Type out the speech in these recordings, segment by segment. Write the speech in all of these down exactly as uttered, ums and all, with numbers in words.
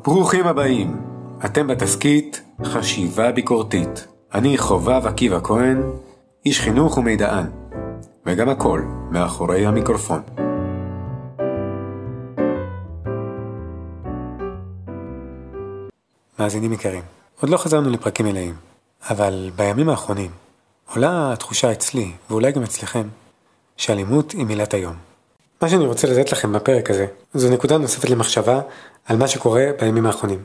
ברוכים הבאים, אתם בתסקית חשיבה ביקורתית. אני חובב עקיבא כהן, איש חינוך ומידען, וגם הכל מאחורי המיקרופון. מאזינים יקרים, עוד לא חזרנו לפרקים מלאים, אבל בימים האחרונים עולה התחושה אצלי, ואולי גם אצלכם, שאלימות היא מילת היום. מה שאני רוצה לתת לכם בפרק הזה, זו נקודה נוספת למחשבה על מה שקורה בימים האחרונים.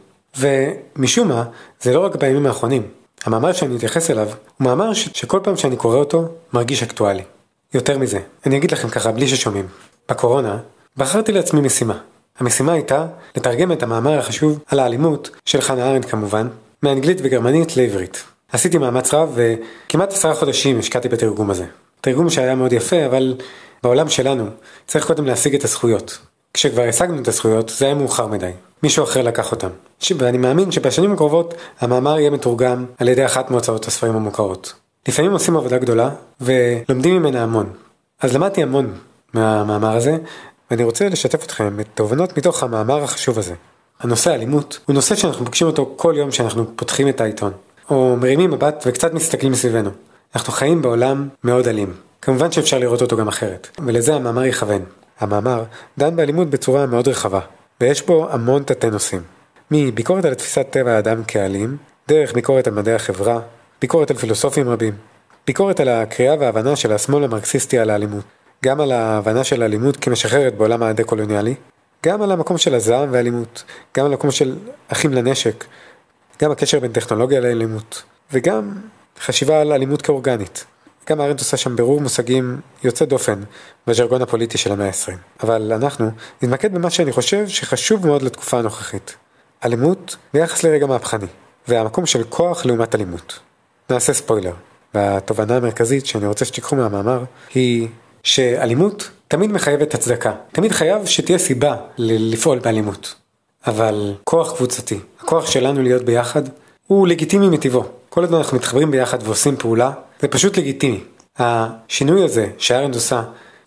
ומשום מה, זה לא רק בימים האחרונים. המאמר שאני אתייחס אליו, הוא מאמר ש- שכל פעם שאני קורא אותו, מרגיש אקטואלי. יותר מזה, אני אגיד לכם ככה, בלי ששומעים. בקורונה, בחרתי לעצמי משימה. המשימה הייתה לתרגם את המאמר החשוב על האלימות של חנה ארנדט כמובן, מאנגלית וגרמנית לעברית. עשיתי מאמץ רב וכמעט עשרה חודשים השקעתי בתרגום הזה. תרגום שהיה מאוד יפה, אבל בעולם שלנו צריך קודם להשיג את הזכויות. כשכבר השגנו את הזכויות, זה היה מאוחר מדי. מישהו אחר לקח אותם. ואני מאמין שבשנים הקרובות המאמר יהיה מתורגם על ידי אחת מהוצאות הספרים המוכרות. לפעמים עושים עבודה גדולה ולומדים ממנה המון. אז למדתי המון מהמאמר הזה, ואני רוצה לשתף אתכם את תובנות מתוך המאמר החשוב הזה. הנושא האלימות הוא נושא שאנחנו פוגשים אותו כל יום שאנחנו פותחים את העיתון, או מרימים מבט וקצת מסתכלים סביבנו. אנחנו חיים בעולם מאוד אלים. כמובן שאפשר לראות אותו גם אחרת, ולזה המאמר יכוון. המאמר דן באלימות בצורה מאוד רחבה, ויש בו המון תתי נושאים. מביקורת על תפיסת טבע האדם כאלים, דרך ביקורת על מדעי החברה, ביקורת על פילוסופים רבים, ביקורת על הקריאה וההבנה של השמאל המרקסיסטי על האלימות, גם על ההבנה של האלימות כמשחררת בעולם העדה-קולוניאלי, גם על המקום של הזעם והאלימות, גם על המקום של אחים לנשק, גם הקשר בין טכנולוגיה לאלימות, וגם חשיבה על אלימות כאורגנית. גם ארנדט עושה שם ברור מושגים יוצא דופן בז'רגון הפוליטי של המאה ה-עשרים. אבל אנחנו נתמקד במה שאני חושב שחשוב מאוד לתקופה הנוכחית. אלימות ביחס לרגע מהפכני, והמקום של כוח לעומת אלימות. נעשה ספוילר. והתובנה המרכזית שאני רוצה שתיקחו מהמאמר היא שאלימות תמיד מחייבת הצדקה. תמיד חייב שתהיה סיבה לפעול באלימות. אבל כוח קבוצתי, הכוח שלנו להיות ביחד, הוא לגיטימי מטבעו. כל עוד אנחנו מתחברים ביחד ועושים פעולה, זה פשוט לגיטימי. השינוי הזה שארנדט עושה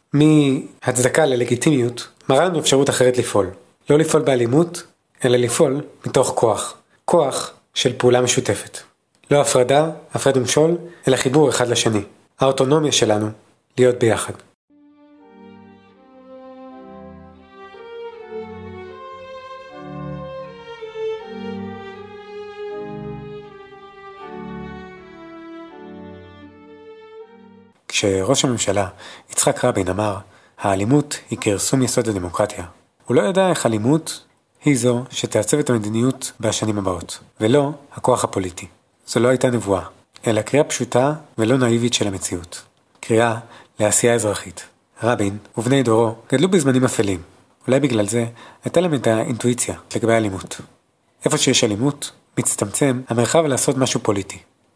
מהצדקה ללגיטימיות, מראה לנו אפשרות אחרת לפעול. לא לפעול באלימות, אלא לפעול מתוך כוח. כוח של פעולה משותפת. לא הפרדה, הפרד ומשול, אלא חיבור אחד לשני. האוטונומיה שלנו להיות ביחד. כשראש הממשלה יצחק רבין אמר, האלימות היא כרסום יסוד הדמוקרטיה. הוא לא ידע איך אלימות היא זו שתעצב את המדיניות בשנים הבאות, ולא הכוח הפוליטי. זו לא הייתה נבואה, אלא קריאה פשוטה ולא נאיבית של המציאות. קריאה לעשייה אזרחית. רבין ובני דורו גדלו בזמנים אפלים. אולי בגלל זה הייתה להם את האינטואיציה לגבי אלימות. איפה שיש אלימות, מצטמצם המרחב לעשות משהו פוליטי.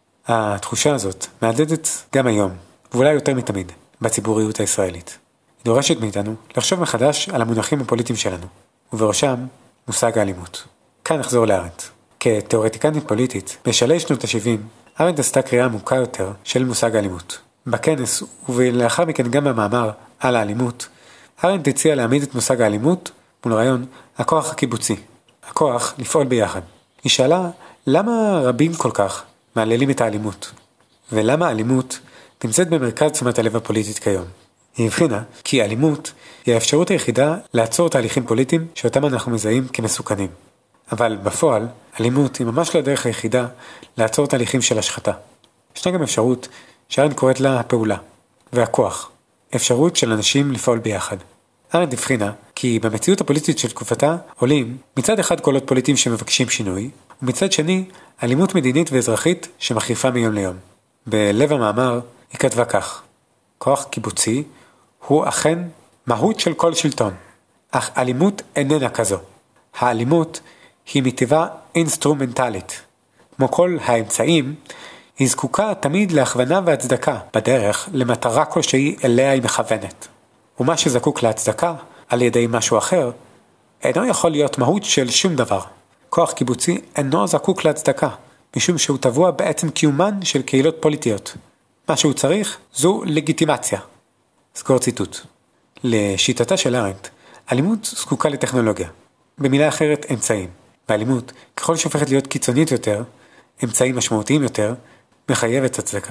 התחושה הזאת מעדדת גם היום, ואולי יותר מתמיד, בציבוריות הישראלית. היא דורשת מאיתנו לחשוב מחדש על המונחים הפוליטיים שלנו, ובראשם מושג האלימות. כאן נחזור לארנדט. כתיאורטיקנית פוליטית, בשלהי שנות ה-שבעים, ארנדט עשתה קריאה עמוקה יותר של מושג האלימות. בכנס, ולאחר מכן גם במאמר על האלימות, ארנדט הציעה להעמיד את מושג האלימות מול רעיון הכוח הקיבוצי, הכוח לפעול ביחד. היא שאלה למה רבים כל כך מעללים את האלימות, ולמה האלימות נמצאת במרכז תשומת הלב הפוליטית כיום. היא הבחינה כי האלימות היא האפשרות היחידה לעצור תהליכים פוליטיים שאותם אנחנו מזהים כמסוכנים. אבל בפועל, אלימות היא ממש לא הדרך היחידה לעצור תהליכים של השחתה. ישנה גם אפשרות שארנדט קוראת לה הפעולה, והכוח, אפשרות של אנשים לפעול ביחד. ארנדט הבחינה כי במציאות הפוליטית של תקופתה עולים מצד אחד קולות פוליטיים שמבקשים שינוי, ומצד שני אלימות מדינית ואזרחית שמחריפה מיום ליום. בלב המאמר היא כתבה כך, כוח קיבוצי הוא אכן מהות של כל שלטון, אך אלימות איננה כזו. האלימות היא מטבעה אינסטרומנטלית. כמו כל האמצעים, היא זקוקה תמיד להכוונה והצדקה בדרך למטרה כלשהי אליה היא מכוונת. ומה שזקוק להצדקה על ידי משהו אחר, אינו יכול להיות מהות של שום דבר. כוח קיבוצי אינו זקוק להצדקה, משום שהוא טבוע בעצם קיומן של קהילות פוליטיות. מה שהוא צריך זו לגיטימציה. סגור ציטוט. לשיטתה של ארנדט, אלימות זקוקה לטכנולוגיה. במילה אחרת, אמצעים. באלימות, ככל שהופכת להיות קיצונית יותר, אמצעים משמעותיים יותר, מחייבת הצדקה.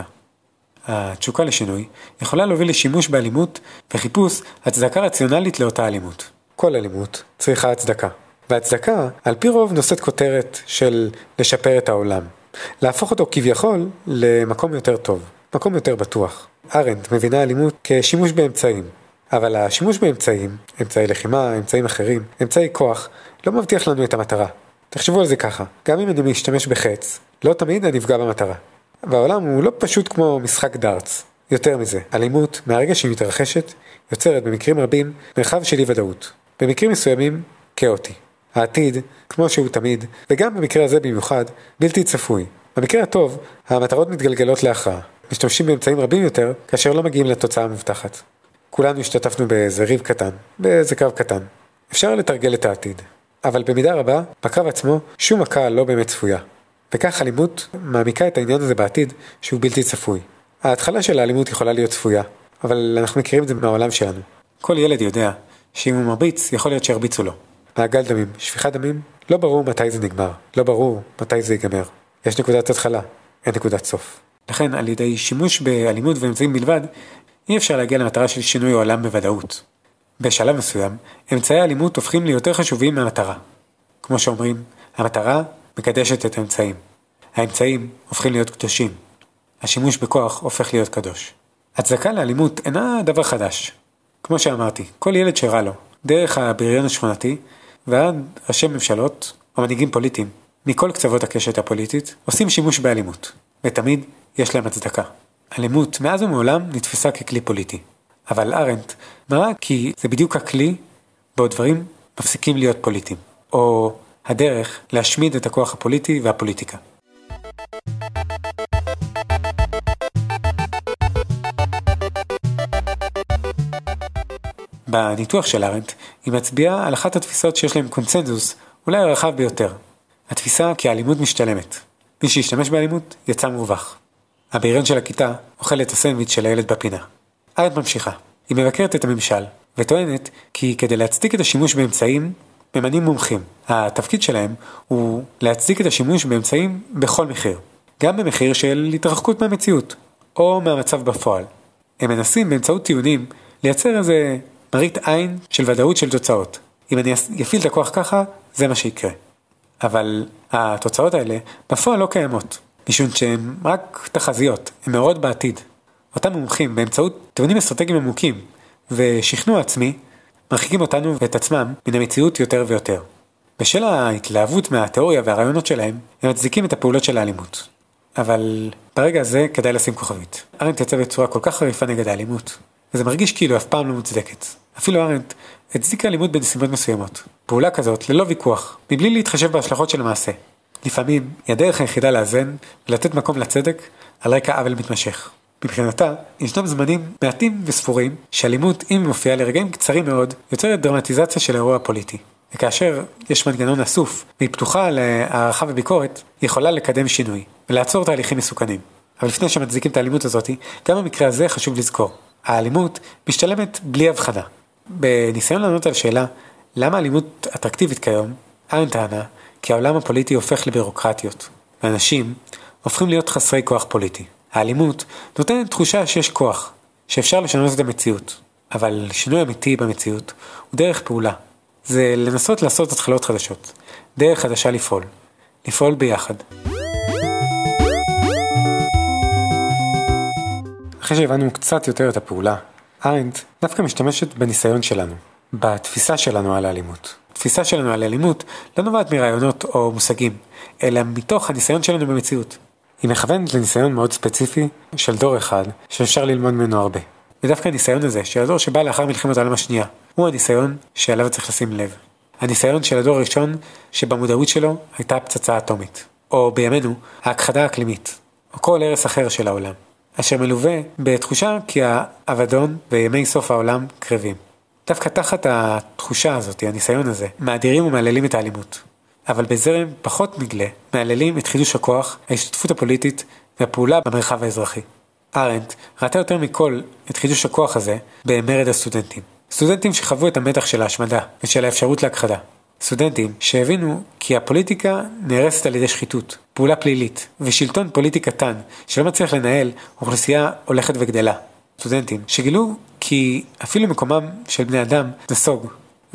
התשוקה לשינוי יכולה להוביל לשימוש באלימות וחיפוש הצדקה רציונלית לאותה אלימות. כל אלימות צריכה הצדקה, והצדקה על פי רוב נושאת כותרת של לשפר את העולם, להפוך אותו כביכול למקום יותר טוב, מקום יותר בטוח. ארנדט מבינה אלימות כשימוש באמצעים, אבל השימוש באמצעים, אמצעי לחימה, אמצעים אחרים, אמצעי כוח, לא מבטיח לנו את המטרה. תחשבו על זה ככה, גם אם אני משתמש בחץ, לא תמיד אני אפגע במטרה. והעולם הוא לא פשוט כמו משחק דארטס. יותר מזה, אלימות, מהרגע שהיא מתרחשת, יוצרת במקרים רבים מרחב של אי ודאות. במקרים מסוימים, כאוטי. העתיד, כמו שהוא תמיד, וגם במקרה הזה במיוחד, בלתי צפוי. במקרה הטוב, המטרות מתגלגלות להכרעה. משתמשים באמצעים רבים יותר, כאשר לא מגיעים לתוצאה המובטחת. כולנו השתתפנו באיזה ריב קטן, באיזה קרב קטן. אפשר לתרגל את העתיד. אבל במידה רבה, בקרב עצמו, שום מכה לא באמת צפויה. וכך אלימות מעמיקה את העניין הזה בעתיד שהוא בלתי צפוי. ההתחלה של האלימות יכולה להיות צפויה, אבל אנחנו מכירים את זה מהעולם שלנו. כל ילד יודע שאם הוא מרביץ, יכול להיות שירביצו לו. מעגל דמים, שפיכת דמים, לא ברור מתי זה נגמר, לא ברור מתי זה ייגמר. יש נקודת התחלה, אין נקודת סוף. לכן, על ידי שימוש באלימות ואמצעים בלבד, אי אפשר להגיע למטרה של שינוי העולם בוודאות. בשלב מסוים, אמצעי האלימות הופכים ליותר חשובים מהמטרה. כמו שאומרים, המטרה מקדשת את האמצעים. האמצעים הופכים להיות קדושים. השימוש בכוח הופך להיות קדוש. הצדקה לאלימות אינה דבר חדש. כמו שאמרתי, כל ילד שראה לו, דרך הבריון השכונתי, ועד ראשי ממשלות או מנהיגים פוליטיים, מכל קצוות הקשת הפוליטית, עושים שימוש באלימות. ותמיד יש להם הצדקה. אלימות מאז ומעולם נתפסה ככלי פוליטי. אבל ארנדט מראה כי זה בדיוק הכלי בו דברים מפסיקים להיות פוליטיים. או הדרך להשמיד את הכוח הפוליטי והפוליטיקה. בניתוח של ארנדט היא מצביעה על אחת התפיסות שיש להם קונצנזוס אולי הרחב ביותר. התפיסה כי האלימות משתלמת. מי שישתמש באלימות יצא מורווח. הבריון של הכיתה אוכל את הסנדוויץ' של הילד בפינה. ארנדט ממשיכה. היא מבקרת את הממשל וטוענת כי כדי להצדיק את השימוש באמצעים ממנים מומחים. התפקיד שלהם הוא להצדיק את השימוש באמצעים בכל מחיר. גם במחיר של התרחקות מהמציאות או מהמצב בפועל. הם מנסים באמצעות טיעונים לייצר איזה מראית עין של ודאות של תוצאות. אם אני יפעיל את הכוח ככה, זה מה שיקרה. אבל התוצאות האלה בפועל לא קיימות, משום שהן רק תחזיות, הן מאוד בעתיד. אותם מומחים באמצעות טיעונים אסטרטגיים עמוקים ושכנוע עצמי, מרחיקים אותנו ואת עצמם מן המציאות יותר ויותר. בשל ההתלהבות מהתיאוריה והרעיונות שלהם, הם מצדיקים את הפעולות של האלימות. אבל ברגע הזה כדאי לשים כוכבית. ארנדט יצא בצורה כל כך חריפה נגד האלימות, וזה מרגיש כאילו אף פעם לא מוצדקת. אפילו ארנדט הצדיק האלימות בנסיבות מסוימות. פעולה כזאת ללא ויכוח, מבלי להתחשב בהשלכות של המעשה. לפעמים היא הדרך היחידה לאזן ולתת מקום לצדק על רקע עוול מתמשך. מבחינתה, ישנם זמנים מעטים וספורים שאלימות, אם היא מופיעה לרגעים קצרים מאוד, יוצרת דרמטיזציה של האירוע הפוליטי. וכאשר יש מנגנון אסוף והיא פתוחה להערכה וביקורת, היא יכולה לקדם שינוי ולעצור תהליכים מסוכנים. אבל לפני שמצדיקים את האלימות הזאת, גם במקרה הזה חשוב לזכור. האלימות משתלמת בלי הבחנה. בניסיון לענות על שאלה, למה האלימות אטרקטיבית כיום, ארנדט טענה כי העולם הפוליטי הופך לבירוקרטיות, ואנשים הופכים להיות חסרי כוח פוליטי. האלימות נותנת תחושה שיש כוח, שאפשר לשנות את המציאות, אבל שינוי אמיתי במציאות הוא דרך פעולה. זה לנסות לעשות התחלות חדשות, דרך חדשה לפעול, לפעול ביחד. אחרי שהבנו קצת יותר את הפעולה, ארנדט דווקא משתמשת בניסיון שלנו, בתפיסה שלנו על האלימות. התפיסה שלנו על האלימות לא נובעת מרעיונות או מושגים, אלא מתוך הניסיון שלנו במציאות. היא מכוונת לניסיון מאוד ספציפי של דור אחד שאפשר ללמוד ממנו הרבה. ודווקא הניסיון הזה של הדור שבא לאחר מלחמת העולם השנייה, הוא הניסיון שעליו צריך לשים לב. הניסיון של הדור הראשון שבמודעות שלו הייתה פצצה אטומית, או בימינו ההכחדה האקלימית, או כל הרס אחר של העולם, אשר מלווה בתחושה כי האבדון וימי סוף העולם קרבים. דווקא תחת התחושה הזאת, הניסיון הזה, מאדירים ומעללים את האלימות. אבל בזרם פחות נגלה, מעללים את חידוש הכוח, ההשתתפות הפוליטית והפעולה במרחב האזרחי. ארנדט ראתה יותר מכל את חידוש הכוח הזה במרד הסטודנטים. סטודנטים שחוו את המתח של ההשמדה ושל האפשרות להכחדה. סטודנטים שהבינו כי הפוליטיקה נהרסת על ידי שחיתות, פעולה פלילית, ושלטון פוליטי קטן שלא מצליח לנהל אוכלוסייה הולכת וגדלה. סטודנטים שגילו כי אפילו מקומם של בני אדם נסוג,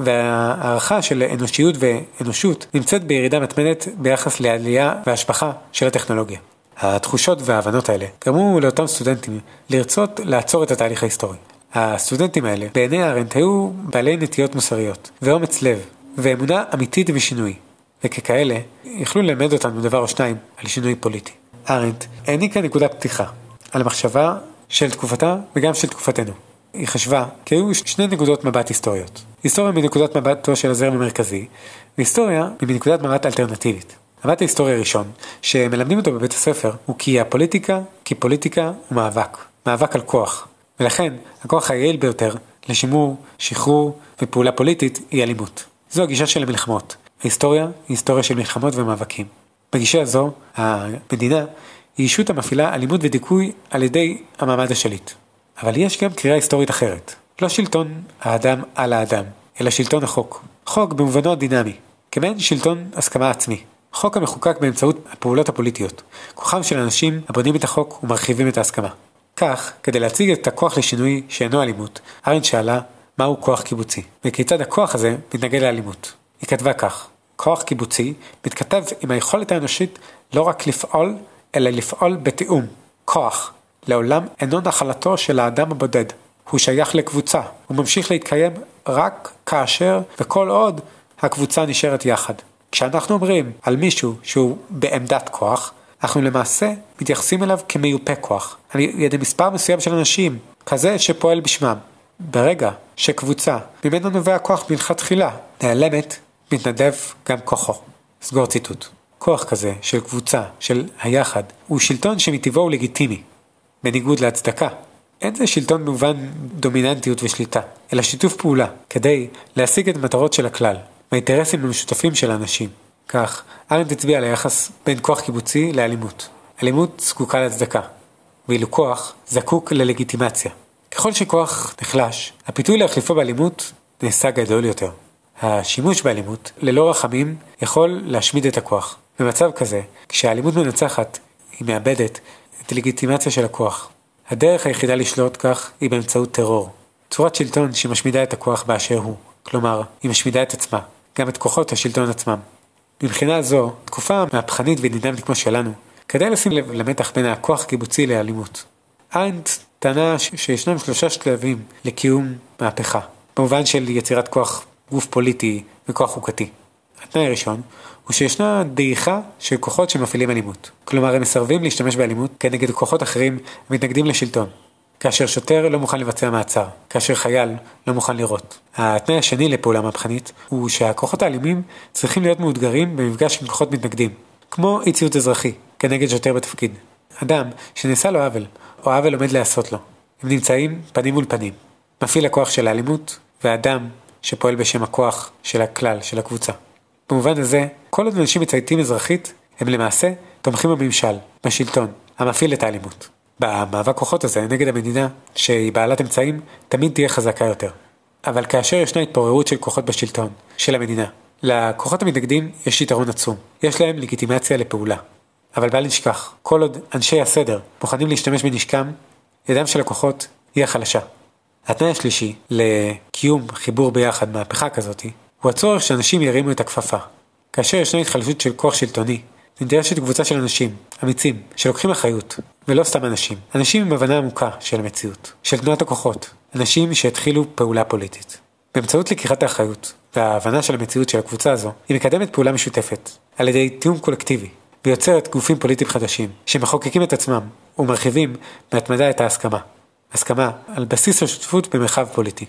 והערכה של אנושיות ואנושות נמצאת בירידה מתמדת ביחס לעלייה והשפחה של הטכנולוגיה. התחושות וההבנות האלה גרמו לאותם סטודנטים לרצות לעצור את התהליך ההיסטורי. הסטודנטים האלה בעיני ארנדט היו בעלי נטיות מוסריות ואומץ לב ואמונה אמיתית בשינוי, וככאלה יכלו ללמד אותנו דבר או שניים על שינוי פוליטי. ארנדט העניקה נקודת פתיחה על המחשבה של תקופתה וגם של תקופתנו. היא חשבה כי היו שני נקודות מבט היסטוריות. היסטוריה מנקודת מבטו של הזרם המרכזי, והיסטוריה מנקודת מבט אלטרנטיבית. המבט ההיסטורי הראשון שמלמדים אותו בבית הספר הוא כי הפוליטיקה, כי פוליטיקה הוא מאבק. מאבק על כוח. ולכן הכוח היעיל ביותר לשימור, שחרור ופעולה פוליטית היא אלימות. זו הגישה של המלחמות. ההיסטוריה היא היסטוריה של מלחמות ומאבקים. בגישה הזו, המדינה היא אישות המפעילה אלימות ודיכוי על ידי המעמד השליט. אבל יש גם קריאה היסטורית אחרת. לא שלטון האדם על האדם, אלא שלטון החוק. חוק במובנו דינמי, כמעין שלטון הסכמה עצמי. חוק המחוקק באמצעות הפעולות הפוליטיות. כוחם של אנשים הבונים את החוק ומרחיבים את ההסכמה. כך, כדי להציג את הכוח לשינוי שאינו אלימות, ארנדט שאלה מהו כוח קיבוצי, וכיצד הכוח הזה מתנגד לאלימות. היא כתבה כך: כוח קיבוצי מתכתב עם היכולת האנושית לא רק לפעול, אלא לפעול בתיאום. כוח לעולם אינו נחלתו של האדם הבודד. הוא שייך לקבוצה. הוא ממשיך להתקיים רק כאשר וכל עוד הקבוצה נשארת יחד. כשאנחנו אומרים על מישהו שהוא בעמדת כוח, אנחנו למעשה מתייחסים אליו כמיופה כוח, על ידי מספר מסוים של אנשים, כזה שפועל בשמם. ברגע שקבוצה ממנו נובע כוח מלכתחילה נעלמת, מתנדב גם כוחו. סגור ציטוט. כוח כזה של קבוצה, של היחד, הוא שלטון שמטבעו הוא לגיטימי, בניגוד להצדקה. אין זה שלטון במובן דומיננטיות ושליטה, אלא שיתוף פעולה, כדי להשיג את מטרות של הכלל, מהאינטרסים המשותפים של האנשים. כך, ארנדט הצביע על היחס בין כוח קיבוצי לאלימות. אלימות זקוקה להצדקה, ואילו כוח זקוק ללגיטימציה. ככל שכוח נחלש, הפיתוי להחליפו באלימות נעשה גדול יותר. השימוש באלימות, ללא רחמים, יכול להשמיד את הכוח. במצב כזה, כשהאלימות מנצחת, היא מאבדת את הלגיטימציה של הכוח. הדרך היחידה לשלוט כך היא באמצעות טרור. צורת שלטון שמשמידה את הכוח באשר הוא. כלומר, היא משמידה את עצמה, גם את כוחות השלטון עצמם. מבחינה זו, תקופה מהפכנית ודינמית כמו שלנו, כדי לשים לב למתח בין הכוח הקיבוצי לאלימות. ארנדט טענה שישנם שלושה שלבים לקיום מהפכה, במובן של יצירת כוח גוף פוליטי וכוח חוקתי. התנאי הראשון הוא שישנה דעיכה של כוחות שמפעילים אלימות. כלומר, הם מסרבים להשתמש באלימות כנגד כוחות אחרים ומתנגדים לשלטון. כאשר שוטר לא מוכן לבצע מעצר, כאשר חייל לא מוכן לראות. התנאי השני לפעולה מהפכנית הוא שהכוחות האלימים צריכים להיות מאותגרים במפגש עם כוחות מתנגדים, כמו אי ציות אזרחי, כנגד שוטר בתפקיד. אדם שנעשה לו עוול, או עוול עומד לעשות לו. הם נמצאים פנים מול פנים. מפעיל הכוח של האלימות, והאדם שפועל בשם הכוח של הכלל, של הקבוצה. במובן הזה, כל עוד אנשים מצייתים אזרחית, הם למעשה תומכים בממשל, בשלטון, המפעיל את האלימות. במאבק כוחות הזה נגד המדינה, שהיא בעלת אמצעים, תמיד תהיה חזקה יותר. אבל כאשר ישנה התפוררות של כוחות בשלטון, של המדינה, לכוחות המתנגדים יש יתרון עצום. יש להם לגיטימציה לפעולה. אבל בל נשכח, כל עוד אנשי הסדר מוכנים להשתמש בנשקם, ידם של הכוחות היא החלשה. התנאי השלישי לקיום חיבור ביחד מהפכה כזאת, הוא הצורך שאנשים ירימו את הכפפה. כאשר ישנה התחלשות של כוח שלטוני, נדרשת קבוצה של אנשים, אמיצים, שלוקחים אחריות, ולא סתם אנשים. אנשים עם הבנה עמוקה של המציאות, של תנועת הכוחות, אנשים שהתחילו פעולה פוליטית. באמצעות לקיחת האחריות וההבנה של המציאות של הקבוצה הזו, היא מקדמת פעולה משותפת, על ידי תיאום קולקטיבי, ויוצרת גופים פוליטיים חדשים, שמחוקקים את עצמם ומרחיבים בהתמדה את ההסכמה. הסכמה על בסיס השותפות במרחב פוליטי.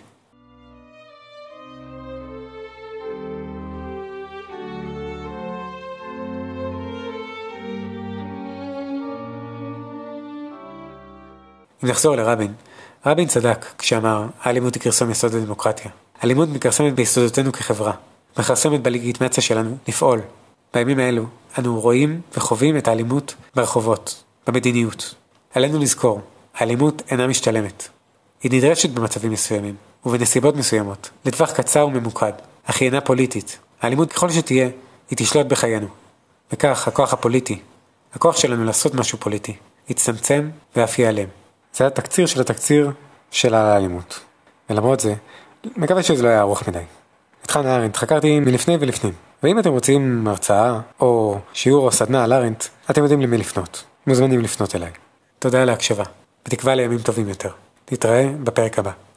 אם נחזור לרבין, רבין צדק כשאמר, האלימות היא כרסום יסוד הדמוקרטיה. האלימות מכרסמת ביסודותינו כחברה, מכרסמת בלגיטימציה שלנו לפעול. בימים האלו, אנו רואים וחווים את האלימות ברחובות, במדיניות. עלינו לזכור, האלימות אינה משתלמת. היא נדרשת במצבים מסוימים, ובנסיבות מסוימות, לטווח קצר וממוקד, אך היא אינה פוליטית. האלימות ככל שתהיה, היא תשלוט בחיינו. וכך הכוח הפוליטי, הכוח שלנו לעשות משהו פוליטי, יצטמצם ואף ייעלם. זה התקציר של התקציר של האלימות. ולמרות זה, מקווה שזה לא היה ארוך מדי. את חנה ארנדט חקרתי מלפני ולפנים. ואם אתם רוצים הרצאה או שיעור או סדנה על ארנדט, אתם יודעים למי לפנות. מוזמנים לפנות אליי. תודה על ההקשבה. בתקווה לימים טובים יותר. תתראה בפרק הבא.